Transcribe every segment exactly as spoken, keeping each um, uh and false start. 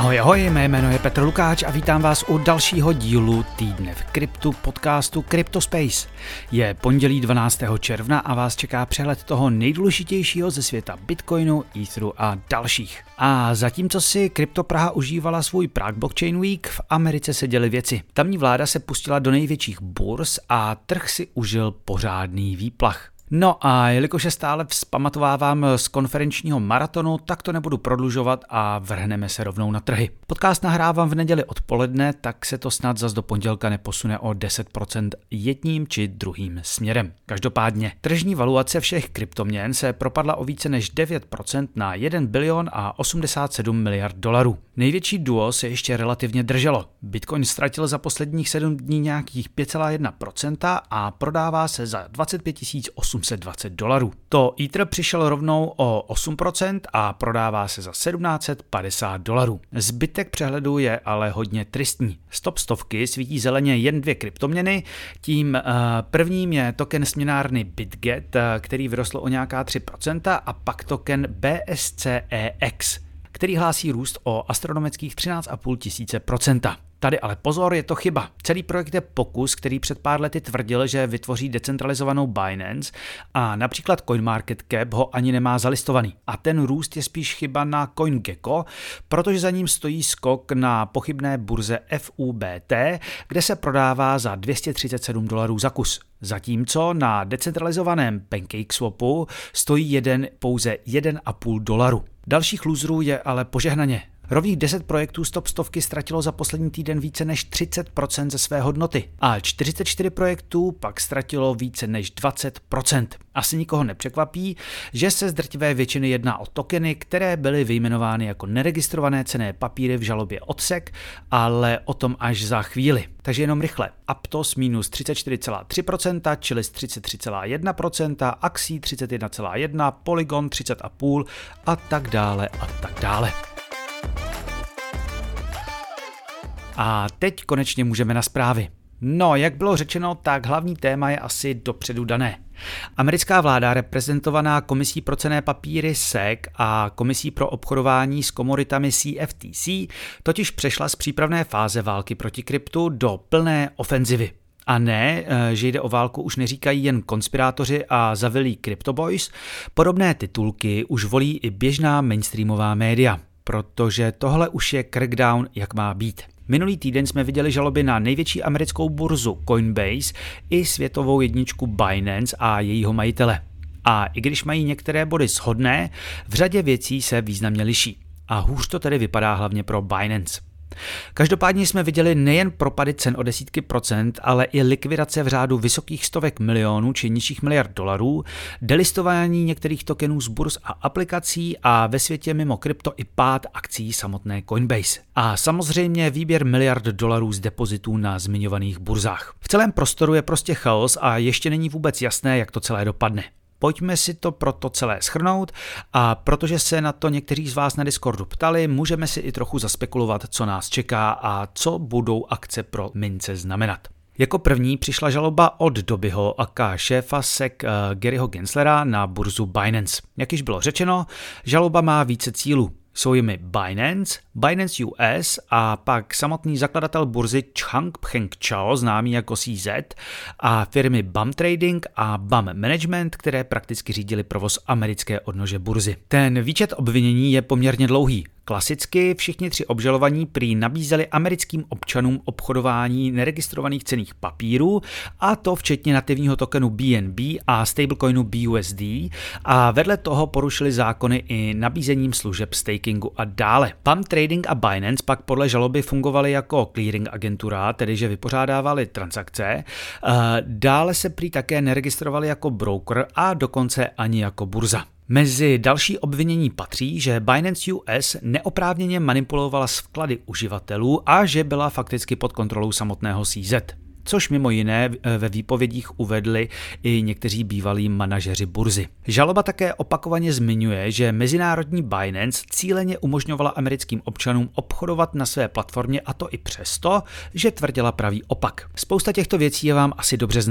Ahoj, ahoj, mé jméno je Petr Lukáč a vítám vás u dalšího dílu Týdne v kryptu podcastu CryptoSpace. Je pondělí dvanáctého června a vás čeká přehled toho nejdůležitějšího ze světa Bitcoinu, Etheru a dalších. A zatímco si Krypto Praha užívala svůj Prague Blockchain Week, v Americe se děly věci. Tamní vláda se pustila do největších burz a trh si užil pořádný výplach. No a jelikož je stále vzpamatovávám z konferenčního maratonu, tak to nebudu prodlužovat a vrhneme se rovnou na trhy. Podcast nahrávám v neděli odpoledne, tak se to snad zas do pondělka neposune o deset procent jedním či druhým směrem. Každopádně tržní valuace všech kryptoměn se propadla o více než devět procent na jeden bilion a osmdesát sedm miliard dolarů. Největší duo se ještě relativně drželo. Bitcoin ztratil za posledních sedm dní nějakých pět celá jedna procenta a prodává se za dvacet pět tisíc osm set dvacet dolarů. To Ether přišel rovnou o osm procent a prodává se za tisíc sedm set padesát dolarů. Zbytek přehledu je ale hodně tristní. Z top stovky svítí zeleně jen dvě kryptoměny, tím uh, prvním je token směnárny BitGet, uh, který vyrostl o nějaká tři procenta, a pak token B S C E X, který hlásí růst o astronomických třináct celá pět tisíce procenta. Tady ale pozor, je to chyba. Celý projekt je pokus, který před pár lety tvrdil, že vytvoří decentralizovanou Binance a například CoinMarketCap ho ani nemá zalistovaný. A ten růst je spíš chyba na CoinGecko, protože za ním stojí skok na pochybné burze F U B T, kde se prodává za dvě stě třicet sedm dolarů za kus. Zatímco na decentralizovaném PancakeSwapu stojí jeden pouze jeden celá pět dolaru. Dalších loserů je ale požehnaně. Rovných deset projektů z top stovky ztratilo za poslední týden více než třicet procent ze své hodnoty a čtyřicet čtyři projektů pak ztratilo více než dvacet procent. Asi nikoho nepřekvapí, že se z drtivé většiny jedná o tokeny, které byly vyjmenovány jako neregistrované cenné papíry v žalobě O T S E C, ale o tom až za chvíli. Takže jenom rychle. Aptos minus třicet čtyři celá tři procenta, Chiliz třicet tři celá jedna procenta, Axie třicet jedna celá jedna procenta, Polygon třicet celá pět procenta a tak dále a tak dále. A teď konečně můžeme na zprávy. No, jak bylo řečeno, tak hlavní téma je asi dopředu dané. Americká vláda, reprezentovaná Komisí pro cenné papíry S E C a Komisí pro obchodování s komoditami C F T C, totiž přešla z přípravné fáze války proti kryptu do plné ofenzivy. A ne, že jde o válku, už neříkají jen konspirátoři a zavilí CryptoBoys, podobné titulky už volí i běžná mainstreamová média, protože tohle už je crackdown, jak má být. Minulý týden jsme viděli žaloby na největší americkou burzu Coinbase i světovou jedničku Binance a jejího majitele. A i když mají některé body shodné, v řadě věcí se významně liší. A hůř to tedy vypadá hlavně pro Binance. Každopádně jsme viděli nejen propady cen o desítky procent, ale i likvidace v řádu vysokých stovek milionů či nižších miliard dolarů, delistování některých tokenů z burz a aplikací a ve světě mimo krypto i pád akcí samotné Coinbase. A samozřejmě výběr miliard dolarů z depozitů na zmiňovaných burzách. V celém prostoru je prostě chaos a ještě není vůbec jasné, jak to celé dopadne. Pojďme si to proto celé shrnout a protože se na to někteří z vás na Discordu ptali, můžeme si i trochu zaspekulovat, co nás čeká a co budou akce pro mince znamenat. Jako první přišla žaloba od Dobyho aka šéfa S E C uh, Garyho Genslera na burzu Binance. Jak již bylo řečeno, žaloba má více cílů. Jsou jimi Binance, Binance U S a pak samotný zakladatel burzy Changpeng Chao, známý jako C Z, a firmy B A M Trading a B A M Management, které prakticky řídili provoz americké odnože burzy. Ten výčet obvinění je poměrně dlouhý. Klasicky všichni tři obžalovaní prý nabízeli americkým občanům obchodování neregistrovaných cenných papírů, a to včetně nativního tokenu B N B a stablecoinu B U S D, a vedle toho porušili zákony i nabízením služeb stakingu a dále. B A M Trading a Binance pak podle žaloby fungovaly jako clearing agentura, tedy že vypořádávali transakce, dále se prý také neregistrovali jako broker a dokonce ani jako burza. Mezi další obvinění patří, že Binance U S neoprávněně manipulovala s vklady uživatelů a že byla fakticky pod kontrolou samotného C Z. Což mimo jiné ve výpovědích uvedli i někteří bývalí manažeři burzy. Žaloba také opakovaně zmiňuje, že mezinárodní Binance cíleně umožňovala americkým občanům obchodovat na své platformě, a to i přesto, že tvrdila pravý opak. Spousta těchto věcí je vám asi dobře známa.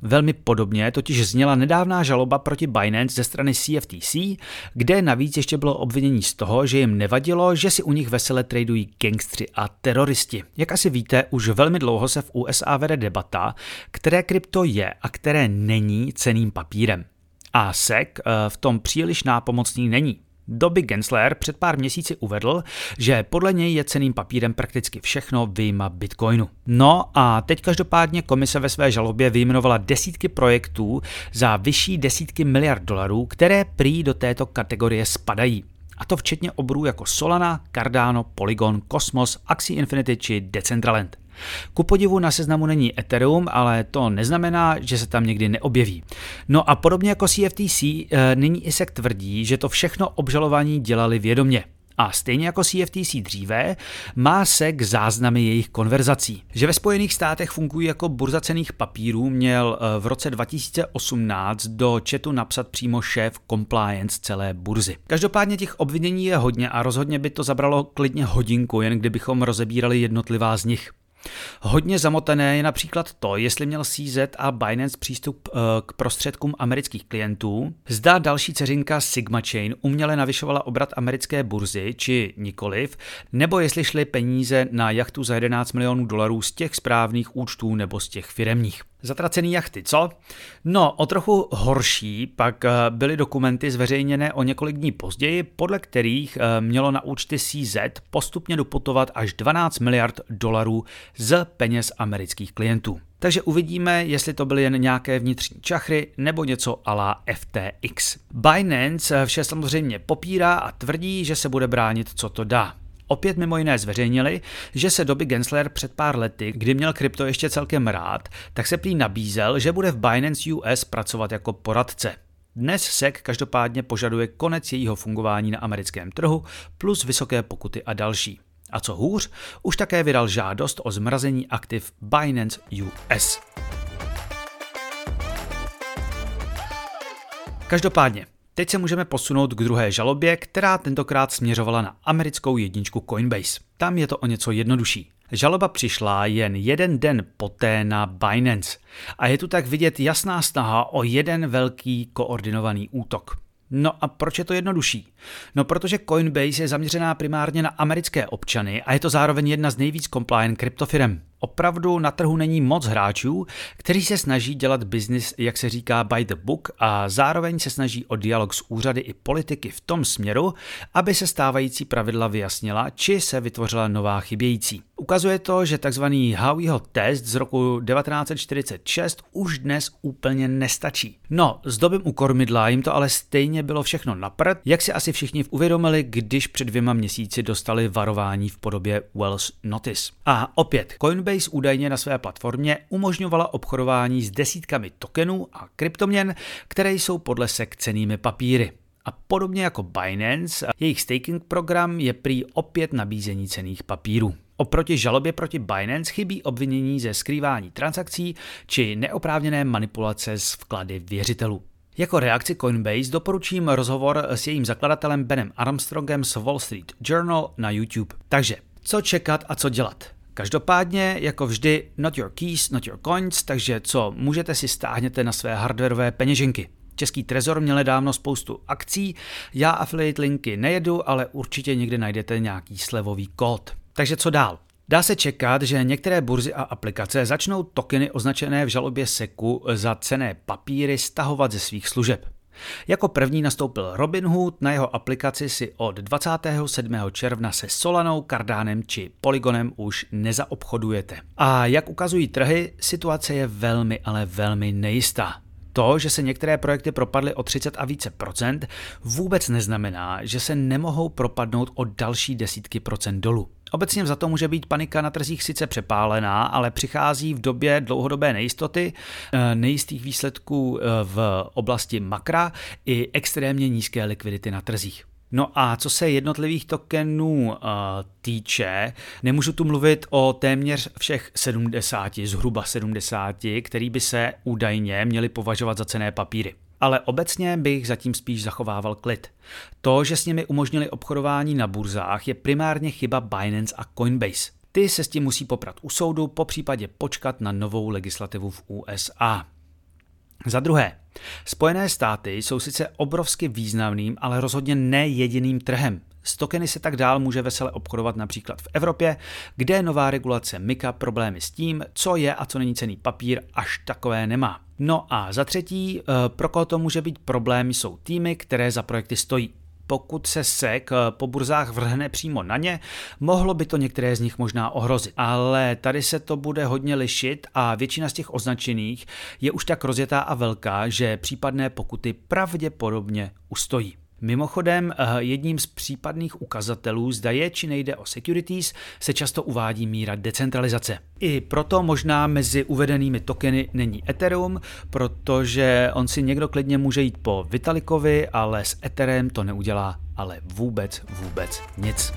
Velmi podobně totiž zněla nedávná žaloba proti Binance ze strany C F T C, kde navíc ještě bylo obvinění z toho, že jim nevadilo, že si u nich vesele tradují gangstři a teroristi. Jak asi víte, už velmi dlouho se v U S A vede debata, které krypto je a které není cenným papírem. A S E C v tom příliš nápomocný není. Bobby Gensler před pár měsíci uvedl, že podle něj je cenným papírem prakticky všechno vyjma Bitcoinu. No a teď každopádně komise ve své žalobě vyjmenovala desítky projektů za vyšší desítky miliard dolarů, které prý do této kategorie spadají. A to včetně obrů jako Solana, Cardano, Polygon, Cosmos, Axie Infinity či Decentraland. Ku podivu na seznamu není Ethereum, ale to neznamená, že se tam někdy neobjeví. No a podobně jako C F T C, nyní I S E C tvrdí, že to všechno obžalovaní dělali vědomě. A stejně jako C F T C dříve, má S E C záznamy jejich konverzací. Že ve Spojených státech fungují jako burza cenných papírů, měl v roce dva tisíce osmnáct do chatu napsat přímo šéf compliance celé burzy. Každopádně těch obvinění je hodně a rozhodně by to zabralo klidně hodinku, jen kdybychom rozebírali jednotlivá z nich. Hodně zamotané je například to, jestli měl C Z a Binance přístup k prostředkům amerických klientů, zda další dceřinka Sigma Chain uměle navyšovala obrat americké burzy, či nikoliv, nebo jestli šly peníze na jachtu za jedenáct milionů dolarů z těch správných účtů nebo z těch firemních. Zatracený jachty, co? No, o trochu horší pak byly dokumenty zveřejněné o několik dní později, podle kterých mělo na účty C Z postupně doputovat až dvanáct miliard dolarů z peněz amerických klientů. Takže uvidíme, jestli to byly jen nějaké vnitřní čachry nebo něco a la F T X. Binance vše samozřejmě popírá a tvrdí, že se bude bránit, co to dá. Opět mimo jiné zveřejnili, že se Bobby Gensler před pár lety, kdy měl krypto ještě celkem rád, tak se prý nabízel, že bude v Binance U S pracovat jako poradce. Dnes S E C každopádně požaduje konec jejího fungování na americkém trhu plus vysoké pokuty a další. A co hůř, už také vydal žádost o zmrazení aktiv Binance U S. Každopádně, teď se můžeme posunout k druhé žalobě, která tentokrát směřovala na americkou jedničku Coinbase. Tam je to o něco jednodušší. Žaloba přišla jen jeden den poté na Binance a je tu tak vidět jasná snaha o jeden velký koordinovaný útok. No a proč je to jednodušší? No protože Coinbase je zaměřená primárně na americké občany a je to zároveň jedna z nejvíc compliant kryptofirem. Opravdu na trhu není moc hráčů, kteří se snaží dělat biznis, jak se říká, by the book a zároveň se snaží o dialog s úřady i politiky v tom směru, aby se stávající pravidla vyjasnila, či se vytvořila nová chybějící. Ukazuje to, že tzv. Howeyho test z roku devatenáct set čtyřicet šest už dnes úplně nestačí. No, s dobem u kormidla jim to ale stejně bylo všechno na prd, jak si asi všichni uvědomili, když před dvěma měsíci dostali varování v podobě Wells Notice. A opět, Coinbase údajně na své platformě umožňovala obchodování s desítkami tokenů a kryptoměn, které jsou podle S E C cennými papíry. A podobně jako Binance, jejich staking program je prý opět nabízení cenných papírů. Oproti žalobě proti Binance chybí obvinění ze skrývání transakcí či neoprávněné manipulace s vklady věřitelů. Jako reakci Coinbase doporučím rozhovor s jejím zakladatelem Benem Armstrongem z Wall Street Journal na YouTube. Takže, co čekat a co dělat? Každopádně, jako vždy, not your keys, not your coins, takže co můžete si stáhněte na své hardwareové peněženky. Český trezor měl nedávno spoustu akcí, já affiliate linky nejedu, ale určitě někde najdete nějaký slevový kód. Takže co dál? Dá se čekat, že některé burzy a aplikace začnou tokeny označené v žalobě S E C u za cenné papíry stahovat ze svých služeb. Jako první nastoupil Robinhood, na jeho aplikaci si od dvacátého sedmého června se Solanou, Cardanem či Polygonem už nezaobchodujete. A jak ukazují trhy, situace je velmi, ale velmi nejistá. To, že se některé projekty propadly o třicet a více procent, vůbec neznamená, že se nemohou propadnout o další desítky procent dolů. Obecně za to může být panika na trzích sice přepálená, ale přichází v době dlouhodobé nejistoty, nejistých výsledků v oblasti makra i extrémně nízké likvidity na trzích. No a co se jednotlivých tokenů uh, týče, nemůžu tu mluvit o téměř všech sedmdesáti, zhruba sedmdesáti, který by se údajně měli považovat za cenné papíry. Ale obecně bych zatím spíš zachovával klid. To, že s nimi umožnili obchodování na burzách, je primárně chyba Binance a Coinbase. Ty se s tím musí poprat u soudu, popřípadě počkat na novou legislativu v U S A. Za druhé, Spojené státy jsou sice obrovsky významným, ale rozhodně ne jediným trhem. S tokeny se tak dál může vesele obchodovat například v Evropě, kde nová regulace Mika problémy s tím, co je a co není cenný papír, až takové nemá. No a za třetí, pro koho to může být problém, jsou týmy, které za projekty stojí. Pokud se S E C po burzách vrhne přímo na ně, mohlo by to některé z nich možná ohrozit. Ale tady se to bude hodně lišit a většina z těch označených je už tak rozjetá a velká, že případné pokuty pravděpodobně ustojí. Mimochodem, jedním z případných ukazatelů, zda je či nejde o securities, se často uvádí míra decentralizace. I proto možná mezi uvedenými tokeny není Ethereum, protože on si někdo klidně může jít po Vitalikovi, ale s Etherem to neudělá ale vůbec, vůbec nic.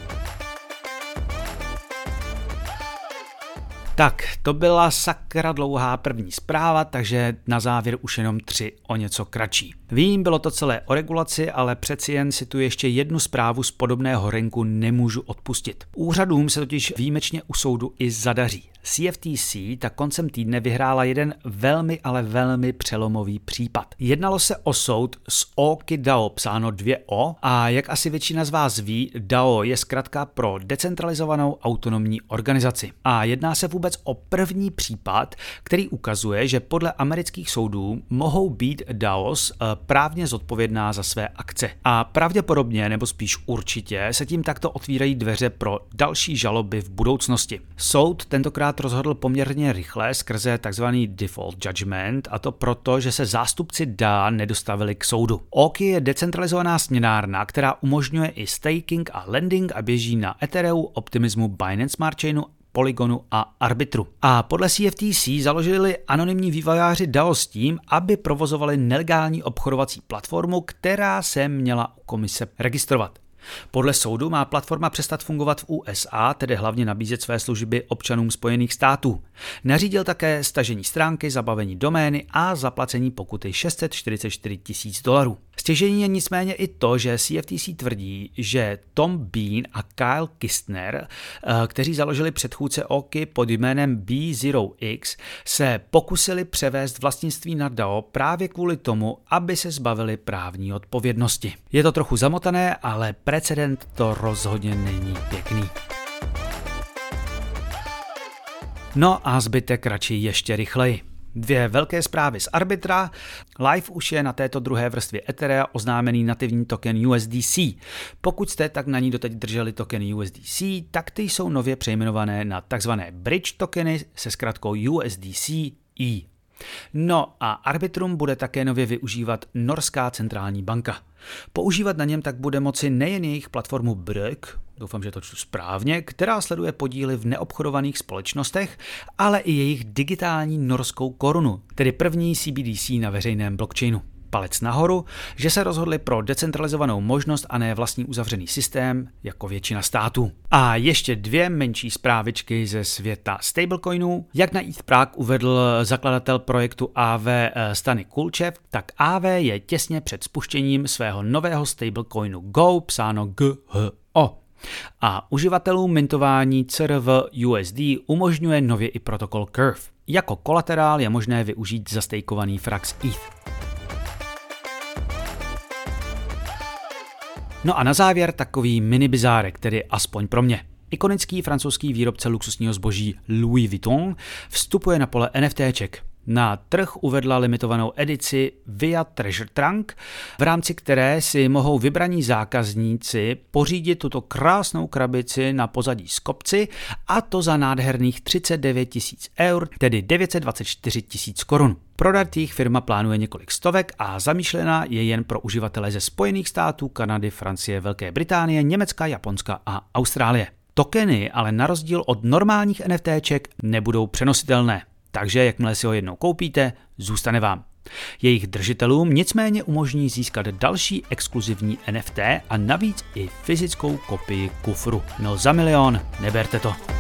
Tak, to byla sakra dlouhá první zpráva, takže na závěr už jenom tři o něco kratší. Vím, bylo to celé o regulaci, ale přeci jen si tu ještě jednu zprávu z podobného renku nemůžu odpustit. Úřadům se totiž výjimečně u soudu i zadaří. C F T C tak koncem týdne vyhrála jeden velmi, ale velmi přelomový případ. Jednalo se o soud s Oki D A O, psáno dvě O, a jak asi většina z vás ví, D A O je zkratka pro decentralizovanou autonomní organizaci. A jedná se vůbec o první případ, který ukazuje, že podle amerických soudů mohou být D A Os právně zodpovědná za své akce. A pravděpodobně, nebo spíš určitě, se tím takto otvírají dveře pro další žaloby v budoucnosti. Soud tentokrát rozhodl poměrně rychle skrze tzv. Default judgment, a to proto, že se zástupci D A nedostavili k soudu. Oki je decentralizovaná směnárna, která umožňuje i staking a lending a běží na Ethereum, Optimismu, Binance Smart Chainu, Polygonu a Arbitru. A podle C F T C založili anonymní vývojáři D A O s tím, aby provozovali nelegální obchodovací platformu, která se měla u komise registrovat. Podle soudu má platforma přestat fungovat v U S A, tedy hlavně nabízet své služby občanům Spojených států. Nařídil také stažení stránky, zabavení domény a zaplacení pokuty šest set čtyřicet čtyři tisíc dolarů. Stěžení je nicméně i to, že C F T C tvrdí, že Tom Bean a Kyle Kistner, kteří založili předchůdce Oki pod jménem B zero X, se pokusili převést vlastnictví na D A O právě kvůli tomu, aby se zbavili právní odpovědnosti. Je to trochu zamotané, ale precedent to rozhodně není pěkný. No a zbytek radši ještě rychleji. Dvě velké zprávy z Arbitra. Live už je na této druhé vrstvě Etherea oznámený nativní token U S D C. Pokud jste tak na ní doteď drželi token U S D C, tak ty jsou nově přejmenované na takzvané bridge tokeny se zkratkou U S D C E. No a Arbitrum bude také nově využívat Norská centrální banka. Používat na něm tak bude moci nejen jejich platformu Brøk, doufám, že to čtu správně, která sleduje podíly v neobchodovaných společnostech, ale i jejich digitální norskou korunu, tedy první C B D C na veřejném blockchainu. Palec nahoru, že se rozhodli pro decentralizovanou možnost a ne vlastní uzavřený systém, jako většina států. A ještě dvě menší zprávičky ze světa stablecoinů. Jak na ETH Prague uvedl zakladatel projektu A V Stany Kulčev, tak A V je těsně před spuštěním svého nového stablecoinu Go, psáno G H O. A uživatelům mintování C R V U S D umožňuje nově i protokol Curve. Jako kolaterál je možné využít zastejkovaný frax E T H. No a na závěr takový mini bizárek, tedy aspoň pro mě. Ikonický francouzský výrobce luxusního zboží Louis Vuitton vstupuje na pole NFTček. Na trh uvedla limitovanou edici Via Treasure Trunk, v rámci které si mohou vybraní zákazníci pořídit tuto krásnou krabici na pozadí s kopci, a to za nádherných třicet devět tisíc eur, tedy devět set dvacet čtyři tisíc korun. Prodat jich firma plánuje několik stovek a zamýšlená je jen pro uživatele ze Spojených států, Kanady, Francie, Velké Británie, Německa, Japonska a Austrálie. Tokeny ale na rozdíl od normálních NFTček nebudou přenositelné. Takže jakmile si ho jednou koupíte, zůstane vám. Jejich držitelům nicméně umožní získat další exkluzivní N F T a navíc i fyzickou kopii kufru. No za milion, neberte to.